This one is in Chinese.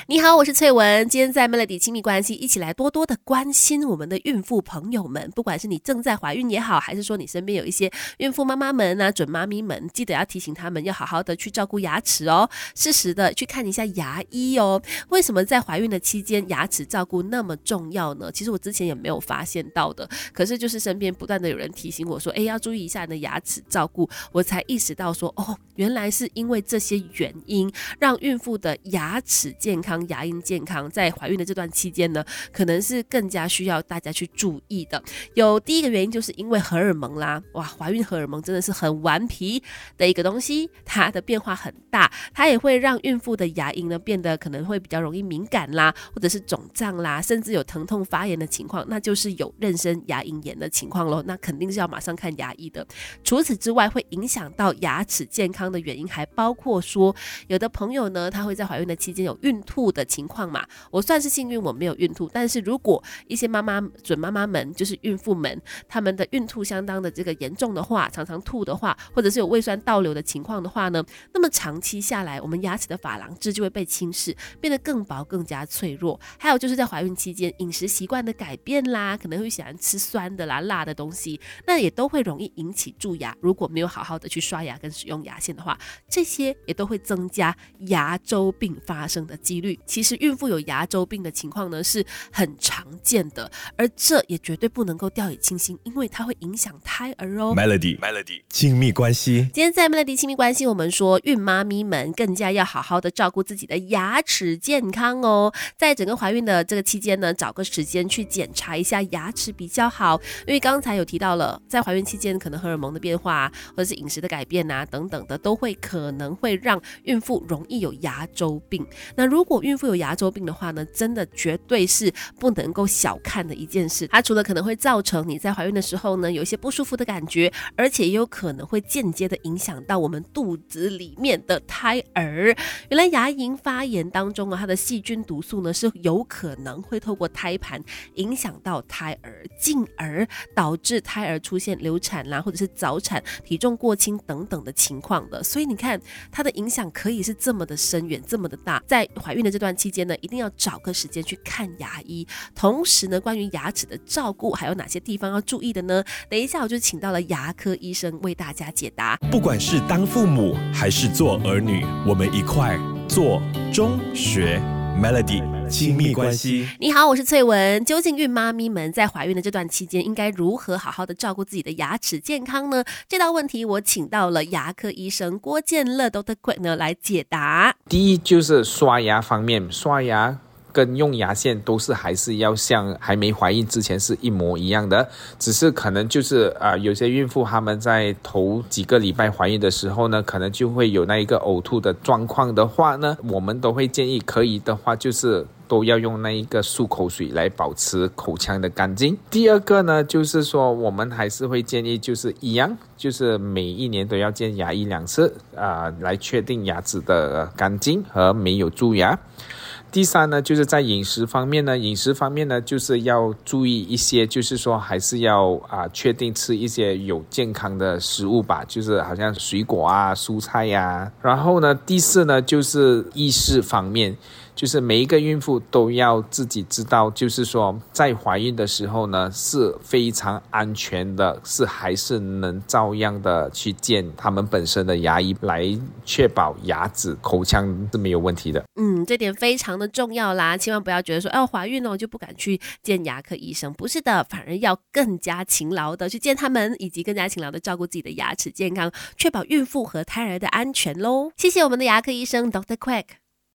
你好，我是翠文。今天在 Melody 亲密关系，一起来多多的关心我们的孕妇朋友们。不管是你正在怀孕也好，还是说你身边有一些孕妇妈妈们啊、准妈咪们，记得要提醒他们要好好的去照顾牙齿哦，适时的去看一下牙医哦。为什么在怀孕的期间牙齿照顾那么重要呢？其实我之前也没有发现到的，可是就是身边不断的有人提醒我说，要注意一下你的牙齿照顾，我才意识到说，原来是因为这些原因，让孕妇的牙齿健康、牙龈健康，在怀孕的这段期间呢，可能是更加需要大家去注意的。有第一个原因就是因为荷尔蒙啦，哇，怀孕荷尔蒙真的是很顽皮的一个东西，它的变化很大，它也会让孕妇的牙龈呢变得可能会比较容易敏感啦，或者是肿胀啦，甚至有疼痛发炎的情况，那就是有妊娠牙龈炎的情况咯，那肯定是要马上看牙医的。除此之外，会影响到牙齿健康的原因还包括说，有的朋友呢，他会在怀孕的期间有孕吐的情况嘛。我算是幸运，我没有孕吐，但是如果一些准妈妈们，就是孕妇们，他们的孕吐相当的这个严重的话，常常吐的话，或者是有胃酸倒流的情况的话呢，那么长期下来，我们牙齿的珐琅质就会被侵蚀，变得更薄、更加脆弱。还有就是在怀孕期间，饮食习惯的改变啦，可能会喜欢吃酸的啦、辣的东西，那也都会容易引起蛀牙。如果没有好好的去刷牙跟使用牙线的话，这些也都会增加牙周病发生的几率。其实孕妇有牙周病的情况呢是很常见的，而这也绝对不能够掉以轻心，因为它会影响胎儿哦。 Melody 亲密关系， 今天在 Melody 亲密关系，我们说孕妈咪们更加要好好的照顾自己的牙齿健康哦。在整个怀孕的这个期间呢，找个时间去检查一下牙齿比较好，因为刚才有提到了，在怀孕期间可能荷尔蒙的变化或者是饮食的改变啊等等的，都会可能会让孕妇容易有牙周病。那如果孕妇有牙周病的话呢，真的绝对是不能够小看的一件事。它除了可能会造成你在怀孕的时候呢有一些不舒服的感觉，而且也有可能会间接的影响到我们肚子里面的胎儿。原来牙龈发炎当中它的细菌毒素呢是有可能会透过胎盘影响到胎儿，进而导致胎儿出现流产啦，或者是早产、体重过轻等等的情况的。所以你看它的影响可以是这么的深远，这么的大。在怀孕的这段期间呢，一定要找个时间去看牙医。同时呢，关于牙齿的照顾还有哪些地方要注意的呢？等一下我就请到了牙科医生为大家解答。 不管是当父母还是做儿女，我们一块做中学 Melody 亲密关系。 你好，我是翠文。究竟孕妈咪们在怀孕的这段期间应该如何好好的照顾自己的牙齿健康呢？这道问题我请到了牙科医生郭建乐 Dr. Quek 呢来解答。 第一就是刷牙方面，刷牙跟用牙线都是还是要像还没怀孕之前是一模一样的，只是可能就是有些孕妇他们在头几个礼拜怀孕的时候呢，可能就会有那一个呕吐的状况的话呢，我们都会建议可以的话就是都要用那一个漱口水来保持口腔的干净。第二个呢，就是说我们还是会建议就是一样，就是每一年都要见牙医2次来确定牙齿的干净和没有蛀牙。第三呢，就是在饮食方面呢，就是要注意一些，就是说还是要确定吃一些有健康的食物吧，就是好像水果啊、蔬菜啊。然后呢，第四呢，就是意识方面，就是每一个孕妇都要自己知道，就是说在怀孕的时候呢是非常安全的，是还是能照样的去见他们本身的牙医，来确保牙齿口腔是没有问题的。 这点非常的重要啦，千万不要觉得说怀孕了就不敢去见牙科医生，不是的，反而要更加勤劳的去见他们，以及更加勤劳的照顾自己的牙齿健康，确保孕妇和胎儿的安全咯。谢谢我们的牙科医生 Dr. Quek。